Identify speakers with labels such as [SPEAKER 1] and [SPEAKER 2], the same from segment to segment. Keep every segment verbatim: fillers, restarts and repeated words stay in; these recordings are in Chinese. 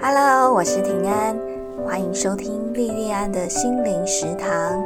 [SPEAKER 1] Hello， 我是庭安，欢迎收听莉莉安的心灵食堂。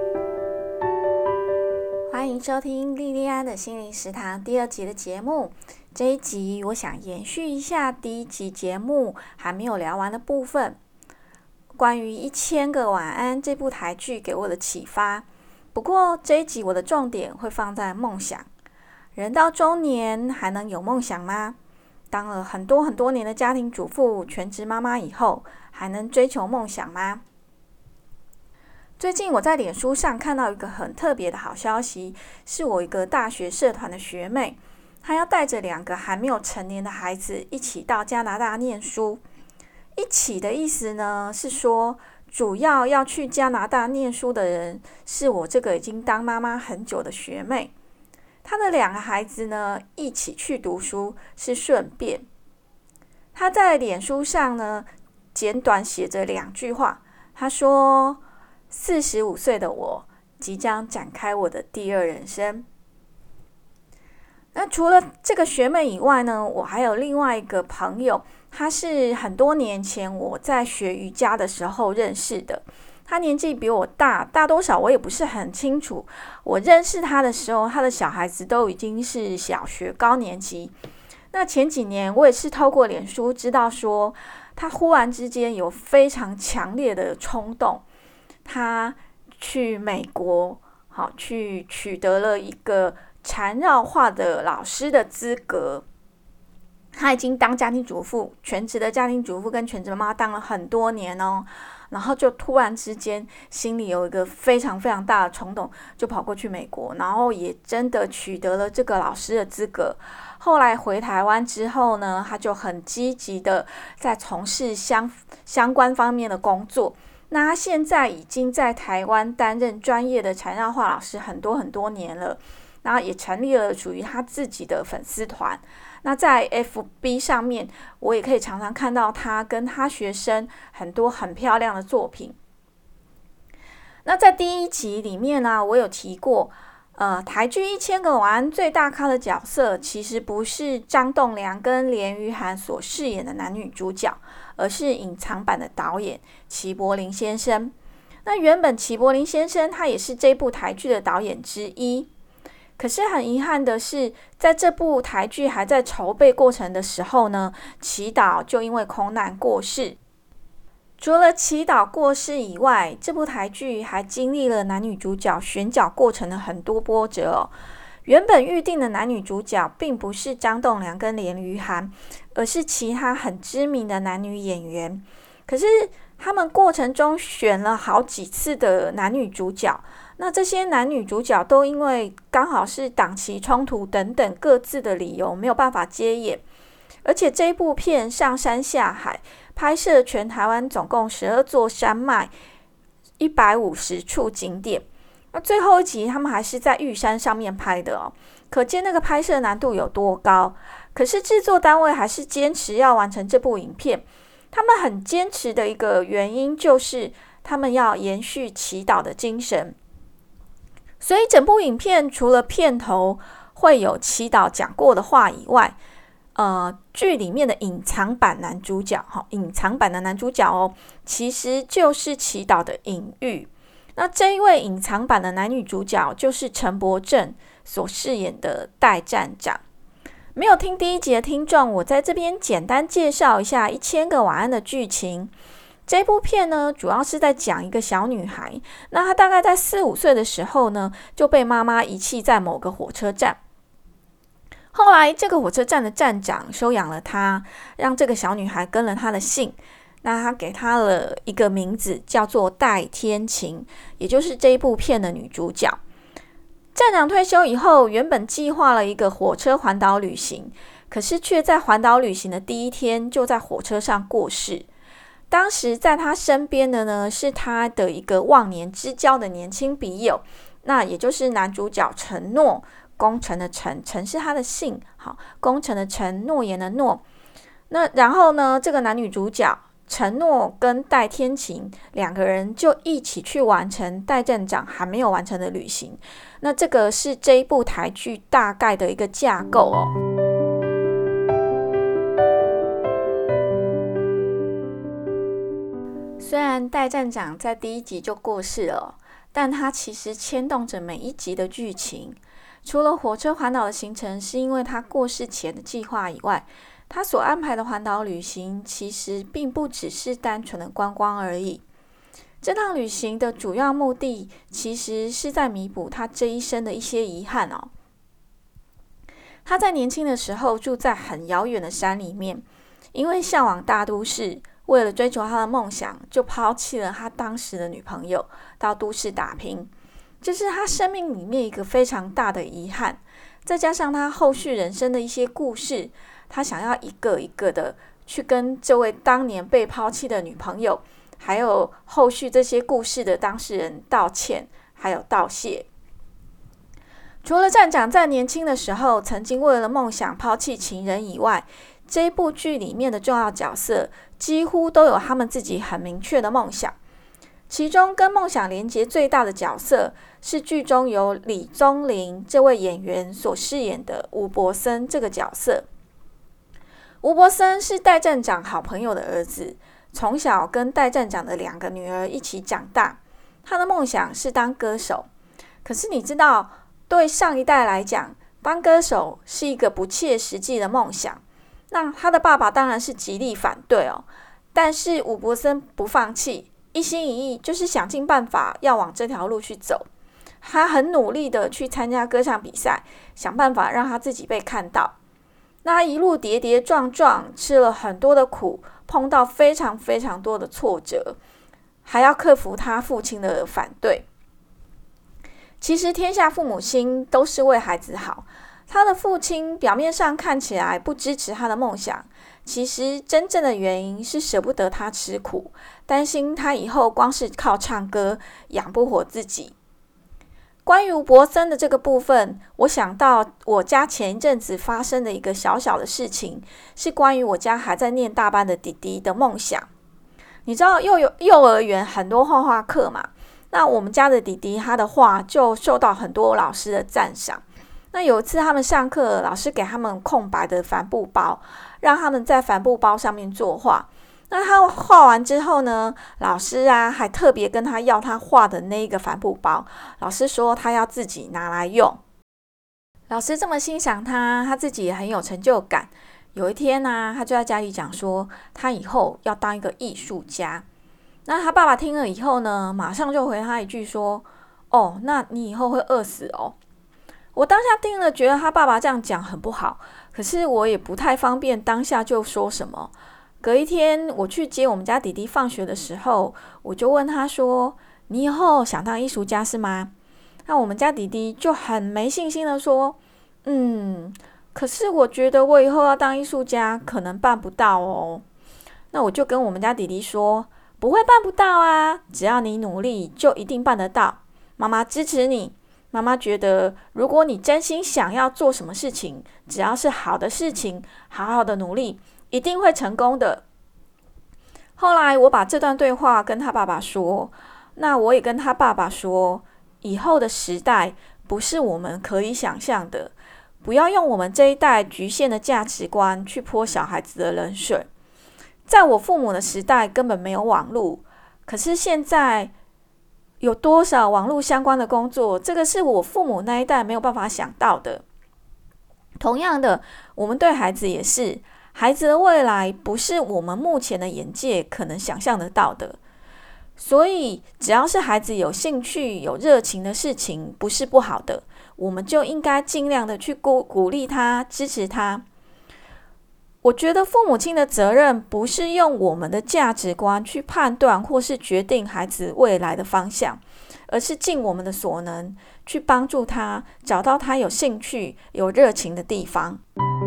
[SPEAKER 1] 欢迎收听莉莉安的心灵食堂第二集的节目。这一集我想延续一下第一集节目还没有聊完的部分，关于一千个晚安这部台剧给我的启发。不过这一集我的重点会放在梦想。人到中年还能有梦想吗？当了很多很多年的家庭主妇、全职妈妈以后，还能追求梦想吗？最近我在脸书上看到一个很特别的好消息，是我一个大学社团的学妹，她要带着两个还没有成年的孩子一起到加拿大念书。一起的意思呢，是说主要要去加拿大念书的人是我这个已经当妈妈很久的学妹。他的两个孩子呢，一起去读书是顺便。他在脸书上呢，简短写着两句话。他说：四十五岁的我即将展开我的第二人生。那除了这个学妹以外呢，我还有另外一个朋友，他是很多年前我在学瑜伽的时候认识的。他年纪比我大，大多少我也不是很清楚。我认识他的时候，他的小孩子都已经是小学高年级。那前几年我也是透过脸书知道说，他忽然之间有非常强烈的冲动，他去美国，好去取得了一个缠绕画的老师的资格。他已经当家庭主妇，全职的家庭主妇跟全职妈妈当了很多年哦。然后就突然之间心里有一个非常非常大的冲动，就跑过去美国，然后也真的取得了这个老师的资格。后来回台湾之后呢，他就很积极的在从事相相关方面的工作。那他现在已经在台湾担任专业的缠绕画老师很多很多年了，然后也成立了属于他自己的粉丝团。那在 F B 上面，我也可以常常看到他跟他学生很多很漂亮的作品。那在第一集里面呢、啊，我有提过，呃，台剧《一千个晚安》最大咖的角色，其实不是张栋梁跟连俞涵所饰演的男女主角，而是隐藏版的导演齐柏林先生。那原本齐柏林先生他也是这部台剧的导演之一。可是很遗憾的是，在这部台剧还在筹备过程的时候呢，齐导就因为空难过世。除了齐导过世以外，这部台剧还经历了男女主角选角过程的很多波折哦。原本预定的男女主角并不是张栋梁跟连俞涵，而是其他很知名的男女演员。可是他们过程中选了好几次的男女主角，那这些男女主角都因为刚好是档期冲突等等各自的理由没有办法接演。而且这部片上山下海，拍摄全台湾总共十二座山脉，一百五十处景点。那最后一集他们还是在玉山上面拍的哦，可见那个拍摄难度有多高。可是制作单位还是坚持要完成这部影片。他们很坚持的一个原因就是他们要延续祈祷的精神。所以整部影片除了片头会有祈祷讲过的话以外，呃，剧里面的隐藏版男主角，隐藏版的男主角哦，其实就是祈祷的隐喻。那这一位隐藏版的男女主角就是陈柏正所饰演的戴站长。没有听第一集的听众，我在这边简单介绍一下《一千个晚安》的剧情。这部片呢，主要是在讲一个小女孩，那她大概在四五岁的时候呢，就被妈妈遗弃在某个火车站。后来，这个火车站的站长收养了她，让这个小女孩跟了他的姓。那他给她了一个名字，叫做戴天晴，也就是这一部片的女主角。站长退休以后，原本计划了一个火车环岛旅行，可是却在环岛旅行的第一天就在火车上过世。当时在他身边的呢，是他的一个忘年之交的年轻笔友，那也就是男主角承诺，功臣的臣，臣是他的姓，好，功臣的臣，诺言的诺。那然后呢，这个男女主角承诺跟戴天晴两个人就一起去完成戴站长还没有完成的旅行。那这个是这一部台剧大概的一个架构哦。 虽然戴站长在第一集就过世了，但他其实牵动着每一集的剧情。除了火车环岛的行程是因为他过世前的计划以外，他所安排的环岛旅行其实并不只是单纯的观光而已。这趟旅行的主要目的其实是在弥补他这一生的一些遗憾哦。他在年轻的时候住在很遥远的山里面，因为向往大都市，为了追求他的梦想，就抛弃了他当时的女朋友，到都市打拼。这是他生命里面一个非常大的遗憾。再加上他后续人生的一些故事，他想要一个一个的去跟这位当年被抛弃的女朋友，还有后续这些故事的当事人道歉，还有道谢。除了站长在年轻的时候曾经为了梦想抛弃情人以外，这一部剧里面的重要角色几乎都有他们自己很明确的梦想。其中跟梦想连结最大的角色是剧中由李宗霖这位演员所饰演的吴柏森这个角色。吴柏森是戴站长好朋友的儿子，从小跟戴站长的两个女儿一起长大。他的梦想是当歌手，可是你知道，对上一代来讲，当歌手是一个不切实际的梦想。那他的爸爸当然是极力反对哦，但是吴柏森不放弃，一心一意就是想尽办法要往这条路去走。他很努力的去参加歌唱比赛，想办法让他自己被看到。那他一路跌跌撞撞，吃了很多的苦，碰到非常非常多的挫折，还要克服他父亲的反对。其实天下父母心都是为孩子好，他的父亲表面上看起来不支持他的梦想，其实真正的原因是舍不得他吃苦，担心他以后光是靠唱歌养不活自己。关于吴柏森的这个部分，我想到我家前一阵子发生的一个小小的事情，是关于我家还在念大班的弟弟的梦想。你知道幼幼儿园很多画画课嘛？那我们家的弟弟他的画就受到很多老师的赞赏。那有一次他们上课，老师给他们空白的帆布包，让他们在帆布包上面作画。那他画完之后呢，老师啊还特别跟他要他画的那个帆布包，老师说他要自己拿来用。老师这么欣赏他，他自己也很有成就感。有一天啊，他就在家里讲说，他以后要当一个艺术家。那他爸爸听了以后呢，马上就回他一句说：“哦，那你以后会饿死哦。”我当下听了，觉得他爸爸这样讲很不好，可是我也不太方便当下就说什么。隔一天，我去接我们家弟弟放学的时候，我就问他说：“你以后想当艺术家是吗？”那我们家弟弟就很没信心的说：“嗯，可是我觉得我以后要当艺术家，可能办不到哦。”那我就跟我们家弟弟说：“不会办不到啊，只要你努力，就一定办得到。妈妈支持你。妈妈觉得，如果你真心想要做什么事情，只要是好的事情，好好的努力，一定会成功的。”后来我把这段对话跟他爸爸说，那我也跟他爸爸说，以后的时代不是我们可以想象的，不要用我们这一代局限的价值观去泼小孩子的冷水。在我父母的时代根本没有网络，可是现在有多少网络相关的工作，这个是我父母那一代没有办法想到的。同样的，我们对孩子也是，孩子的未来不是我们目前的眼界可能想象得到的。所以只要是孩子有兴趣有热情的事情，不是不好的，我们就应该尽量的去鼓鼓励他，支持他。我觉得父母亲的责任不是用我们的价值观去判断或是决定孩子未来的方向，而是尽我们的所能去帮助他找到他有兴趣有热情的地方。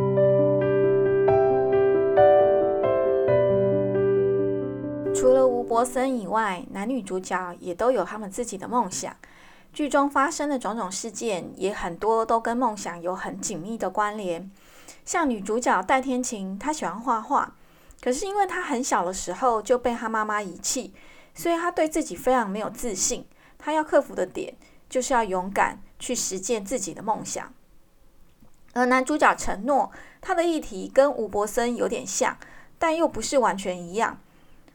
[SPEAKER 1] 除了吴柏森以外，男女主角也都有他们自己的梦想。剧中发生的种种事件也很多都跟梦想有很紧密的关联。像女主角戴天晴，她喜欢画画，可是因为她很小的时候就被她妈妈遗弃，所以她对自己非常没有自信。她要克服的点就是要勇敢去实践自己的梦想。而男主角承诺，他的议题跟吴柏森有点像，但又不是完全一样。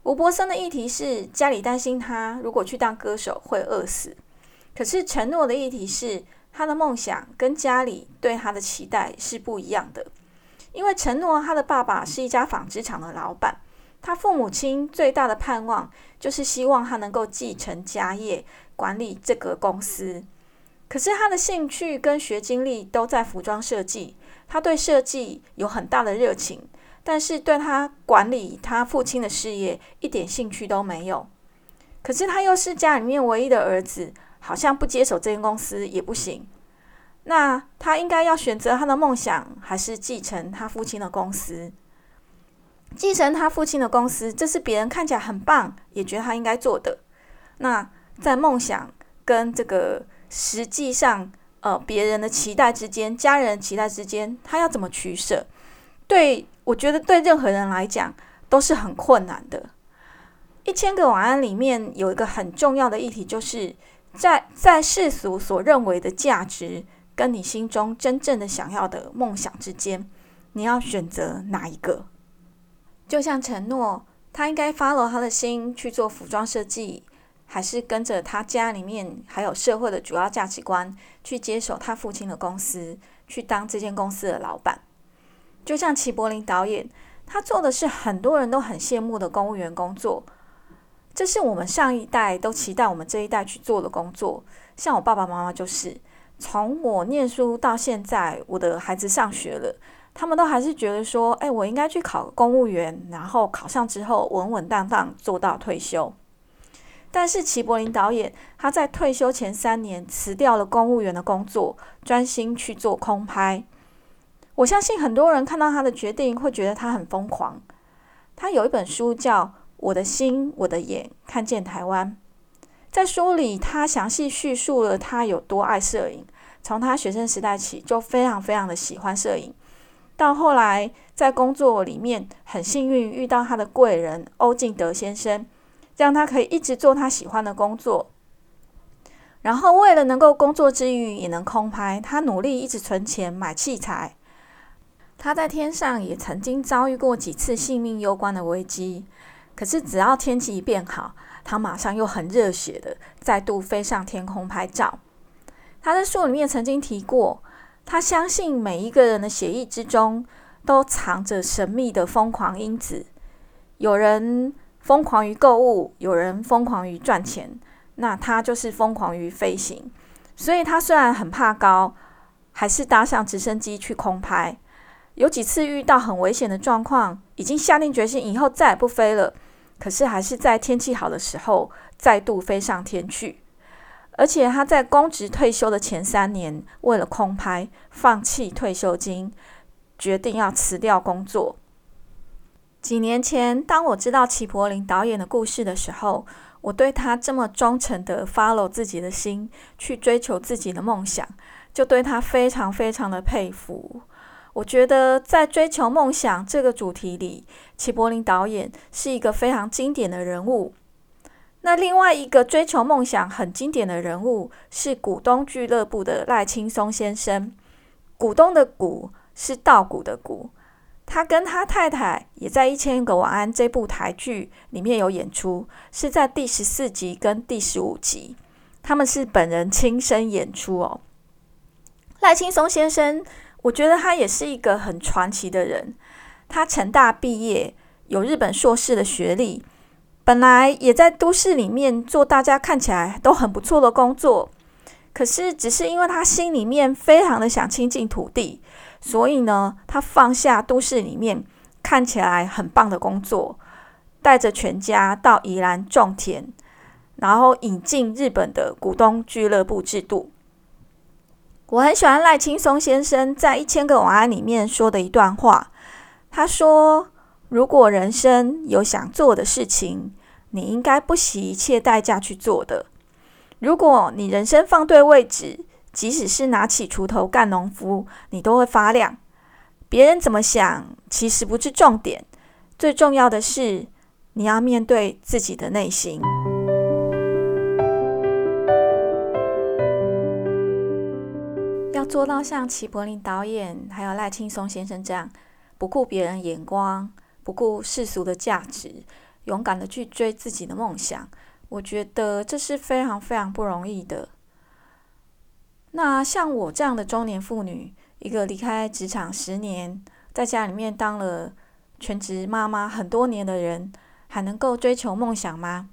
[SPEAKER 1] 吴柏森的议题是家里担心他如果去当歌手会饿死，可是承诺的议题是他的梦想跟家里对他的期待是不一样的。因为承诺他的爸爸是一家纺织厂的老板，他父母亲最大的盼望就是希望他能够继承家业，管理这个公司。可是他的兴趣跟学经历都在服装设计，他对设计有很大的热情，但是对他管理他父亲的事业一点兴趣都没有。可是他又是家里面唯一的儿子，好像不接手这间公司也不行。那他应该要选择他的梦想，还是继承他父亲的公司？继承他父亲的公司，这是别人看起来很棒，也觉得他应该做的。那在梦想跟这个实际上呃别人的期待之间，家人的期待之间，他要怎么取舍？对，我觉得对任何人来讲都是很困难的。一千个晚安里面有一个很重要的议题，就是在在世俗所认为的价值跟你心中真正的想要的梦想之间，你要选择哪一个？就像承诺，他应该 follow 他的心去做服装设计，还是跟着他家里面还有社会的主要价值观去接手他父亲的公司，去当这间公司的老板？就像齐柏林导演，他做的是很多人都很羡慕的公务员工作，这是我们上一代都期待我们这一代去做的工作。像我爸爸妈妈就是，从我念书到现在，我的孩子上学了，他们都还是觉得说，哎，我应该去考公务员，然后考上之后稳稳当当做到退休。但是齐柏林导演，他在退休前三年辞掉了公务员的工作，专心去做空拍。我相信很多人看到他的决定会觉得他很疯狂。他有一本书叫《我的心，我的眼，看见台湾》。在书里，他详细叙述了他有多爱摄影，从他学生时代起就非常非常的喜欢摄影，到后来在工作里面很幸运遇到他的贵人欧敬德先生，让他可以一直做他喜欢的工作。然后为了能够工作之余也能空拍，他努力一直存钱买器材。他在天上也曾经遭遇过几次性命攸关的危机，可是只要天气一变好，他马上又很热血的再度飞上天空拍照。他在书里面曾经提过，他相信每一个人的血液之中都藏着神秘的疯狂因子。有人疯狂于购物，有人疯狂于赚钱，那他就是疯狂于飞行。所以他虽然很怕高，还是搭上直升机去空拍。有几次遇到很危险的状况，已经下定决心以后再也不飞了，可是还是在天气好的时候再度飞上天去。而且他在公职退休的前三年，为了空拍放弃退休金，决定要辞掉工作。几年前，当我知道齐柏林导演的故事的时候，我对他这么忠诚的 follow 自己的心，去追求自己的梦想，就对他非常非常的佩服。我觉得在追求梦想这个主题里，齐柏林导演是一个非常经典的人物。那另外一个追求梦想很经典的人物是股东俱乐部的赖青松先生。股东的股是稻谷的谷，他跟他太太也在《一千个晚安》这部台剧里面有演出，是在第十四集跟第十五集，他们是本人亲身演出哦。赖青松先生，我觉得他也是一个很传奇的人。他成大毕业，有日本硕士的学历，本来也在都市里面做大家看起来都很不错的工作，可是只是因为他心里面非常的想亲近土地，所以呢，他放下都市里面看起来很棒的工作，带着全家到宜兰种田，然后引进日本的股东俱乐部制度。我很喜欢赖青松先生在《一千个晚安》里面说的一段话，他说，如果人生有想做的事情，你应该不惜一切代价去做的。如果你人生放对位置，即使是拿起锄头干农夫，你都会发亮。别人怎么想，其实不是重点，最重要的是你要面对自己的内心。要做到像齐柏林导演还有赖青松先生这样，不顾别人眼光，不顾世俗的价值， 勇敢的去追自己的梦想，我觉得这是非常非常不容易的。那像我这样的中年妇女，一个离开职场十年，在家里面当了全职妈妈很多年的人，还能够追求梦想吗？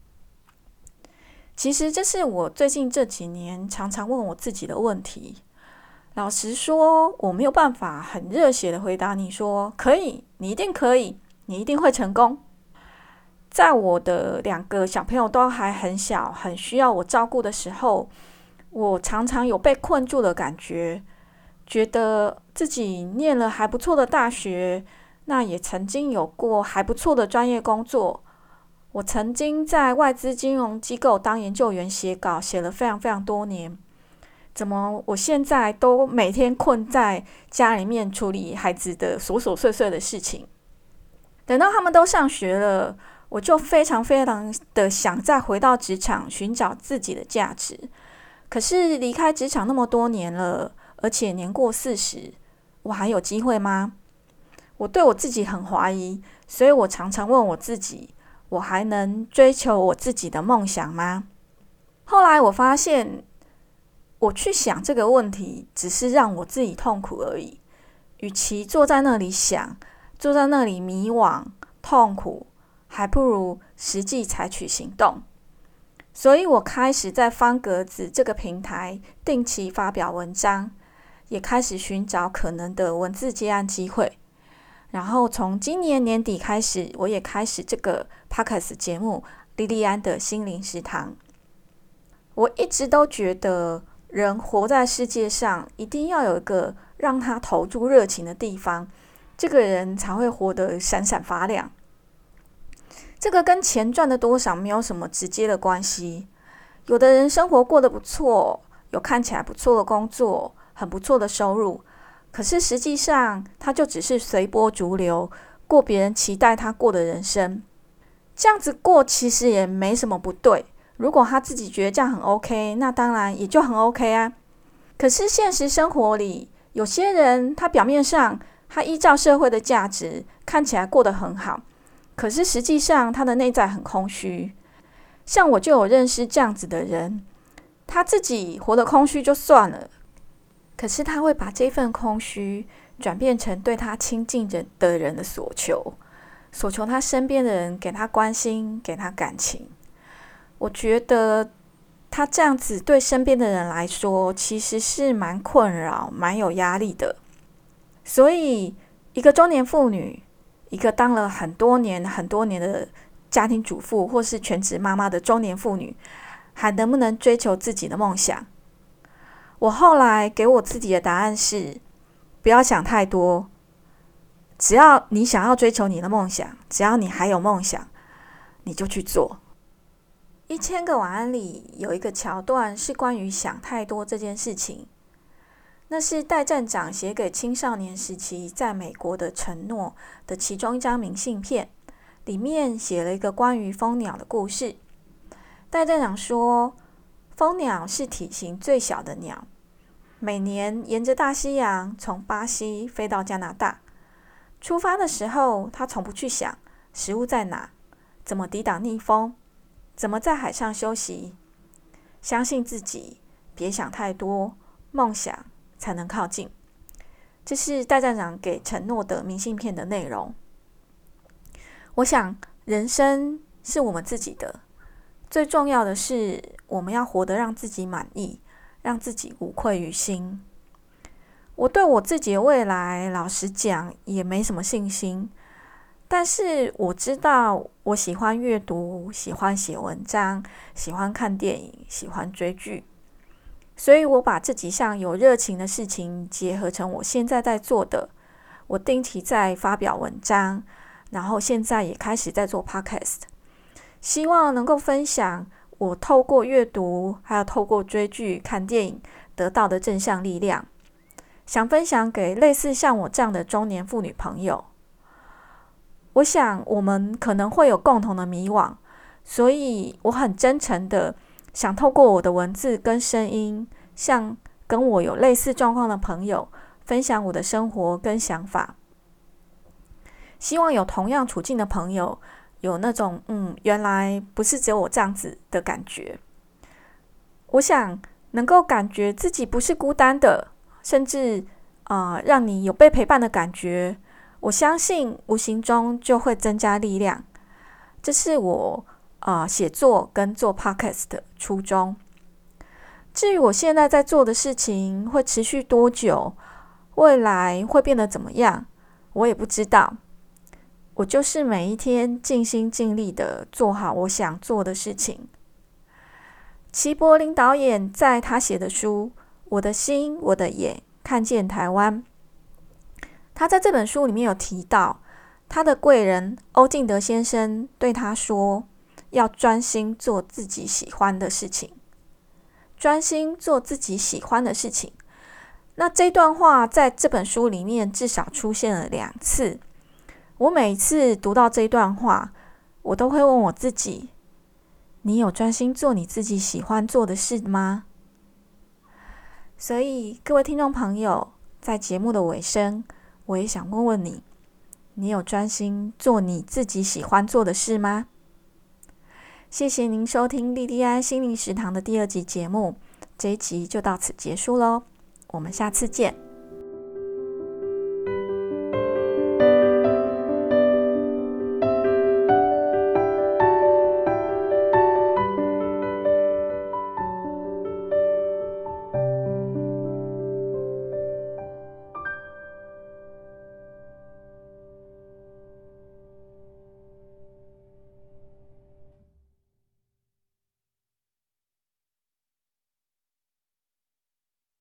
[SPEAKER 1] 其实这是我最近这几年常常问我自己的问题。老实说，我没有办法很热血的回答你说可以，你一定可以，你一定会成功。在我的两个小朋友都还很小，很需要我照顾的时候，我常常有被困住的感觉，觉得自己念了还不错的大学，那也曾经有过还不错的专业工作。我曾经在外资金融机构当研究员写稿，写了非常非常多年。怎么我现在都每天困在家里面处理孩子的琐琐碎碎的事情？等到他们都上学了，我就非常非常的想再回到职场，寻找自己的价值。可是离开职场那么多年了，而且年过四十，我还有机会吗？我对我自己很怀疑，所以我常常问我自己，我还能追求我自己的梦想吗？后来我发现，我去想这个问题，只是让我自己痛苦而已。与其坐在那里想，坐在那里迷惘、痛苦，还不如实际采取行动。所以我开始在方格子这个平台定期发表文章，也开始寻找可能的文字接案机会。然后从今年年底开始，我也开始这个 Podcast 节目莉莉安的心灵食堂。我一直都觉得人活在世界上，一定要有一个让他投注热情的地方，这个人才会活得闪闪发亮。这个跟钱赚的多少没有什么直接的关系。有的人生活过得不错，有看起来不错的工作，很不错的收入，可是实际上他就只是随波逐流，过别人期待他过的人生。这样子过其实也没什么不对，如果他自己觉得这样很 OK， 那当然也就很 OK 啊。可是现实生活里，有些人他表面上他依照社会的价值看起来过得很好，可是实际上他的内在很空虚。像我就有认识这样子的人，他自己活得空虚就算了，可是他会把这份空虚转变成对他亲近的人的所求，所求他身边的人给他关心，给他感情。我觉得他这样子对身边的人来说，其实是蛮困扰、蛮有压力的。所以，一个中年妇女，一个当了很多年、很多年的家庭主妇或是全职妈妈的中年妇女，还能不能追求自己的梦想？我后来给我自己的答案是：不要想太多，只要你想要追求你的梦想，只要你还有梦想，你就去做。一千个晚安里有一个桥段是关于想太多这件事情，那是戴站长写给青少年时期在美国的承诺的其中一张明信片，里面写了一个关于蜂鸟的故事。戴站长说，蜂鸟是体型最小的鸟，每年沿着大西洋从巴西飞到加拿大。出发的时候，他从不去想食物在哪，怎么抵挡逆风，怎么在海上休息。相信自己，别想太多，梦想才能靠近。这是戴站长给承诺的明信片的内容。我想，人生是我们自己的，最重要的是我们要活得让自己满意，让自己无愧于心。我对我自己的未来，老实讲也没什么信心，但是我知道我喜欢阅读，喜欢写文章，喜欢看电影，喜欢追剧，所以我把这几项有热情的事情结合成我现在在做的。我定期在发表文章，然后现在也开始在做 podcast， 希望能够分享我透过阅读，还有透过追剧、看电影得到的正向力量，想分享给类似像我这样的中年妇女朋友。我想我们可能会有共同的迷惘，所以我很真诚的想透过我的文字跟声音，向跟我有类似状况的朋友分享我的生活跟想法。希望有同样处境的朋友有那种嗯，原来不是只有我这样子的感觉。我想能够感觉自己不是孤单的，甚至呃，让你有被陪伴的感觉，我相信无形中就会增加力量。这是我呃写作跟做 podcast 的初衷。至于我现在在做的事情会持续多久，未来会变得怎么样，我也不知道。我就是每一天尽心尽力的做好我想做的事情。齐柏林导演在他写的书《我的心，我的眼，看见台湾》，他在这本书里面有提到，他的贵人欧敬德先生对他说，要专心做自己喜欢的事情。专心做自己喜欢的事情。那这段话在这本书里面至少出现了两次。我每次读到这段话，我都会问我自己，你有专心做你自己喜欢做的事吗？所以各位听众朋友，在节目的尾声，我也想问问你，你有专心做你自己喜欢做的事吗？谢谢您收听莉莉安心灵食堂的第二集节目，这一集就到此结束咯，我们下次见。